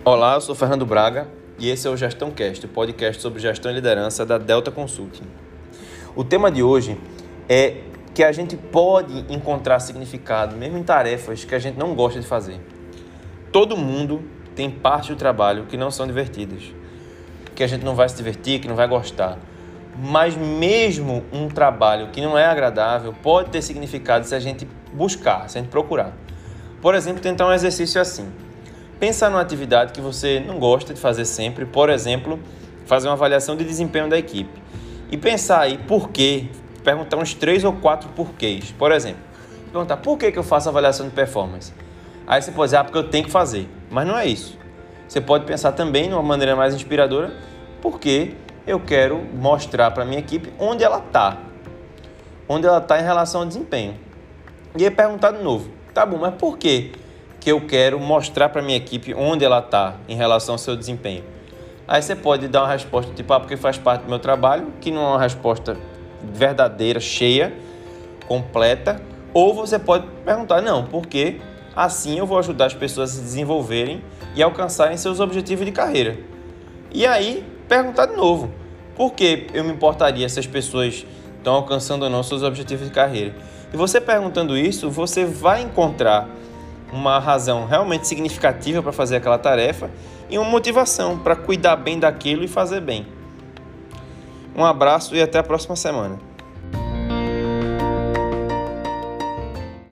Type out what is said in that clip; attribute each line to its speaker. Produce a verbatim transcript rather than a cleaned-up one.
Speaker 1: Olá, eu sou Fernando Braga e esse é o Gestão Cast, o podcast sobre gestão e liderança da Delta Consulting. O tema de hoje é que a gente pode encontrar significado mesmo em tarefas que a gente não gosta de fazer. Todo mundo tem parte do trabalho que não são divertidas, que a gente não vai se divertir, que não vai gostar. Mas mesmo um trabalho que não é agradável pode ter significado se a gente buscar, se a gente procurar. Por exemplo, tentar um exercício assim. Pensa numa atividade que você não gosta de fazer sempre, por exemplo, fazer uma avaliação de desempenho da equipe. E pensar aí por quê, perguntar uns três ou quatro porquês. Por exemplo, perguntar por que que eu faço avaliação de performance? Aí você pode dizer, ah, porque eu tenho que fazer. Mas não é isso. Você pode pensar também, de uma maneira mais inspiradora, porque eu quero mostrar para a minha equipe onde ela está. Onde ela está em relação ao desempenho. E aí perguntar de novo, tá bom, mas por quê que eu quero mostrar para a minha equipe onde ela está em relação ao seu desempenho? Aí você pode dar uma resposta tipo, ah, porque faz parte do meu trabalho, que não é uma resposta verdadeira, cheia, completa. Ou você pode perguntar, não, porque assim eu vou ajudar as pessoas a se desenvolverem e alcançarem seus objetivos de carreira. E aí, perguntar de novo, por que eu me importaria se as pessoas estão alcançando ou não seus objetivos de carreira? E você perguntando isso, você vai encontrar uma razão realmente significativa para fazer aquela tarefa e uma motivação para cuidar bem daquilo e fazer bem. Um abraço e até a próxima semana.